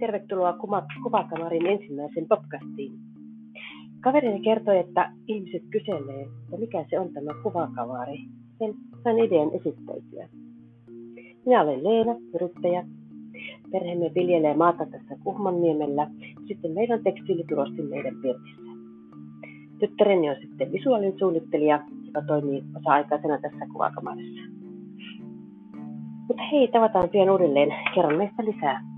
Tervetuloa Kuvakamarin ensimmäiseen podcastiin. Kaverini kertoi, että ihmiset kyselee, että mikä se on tämä kuvakamari. Sen sain idean esittäytyä. Minä olen Leena, yrittäjä. Perheemme viljelee maata tässä Kuhmonniemellä. Sitten meillä on tekstiilitulosti meidän pirtissä. Tyttäreni on sitten visuaalisuunnittelija, joka toimii osa-aikaisena tässä kuvakamarissa. Mutta hei, tavataan pian uudelleen. Kerron meistä lisää.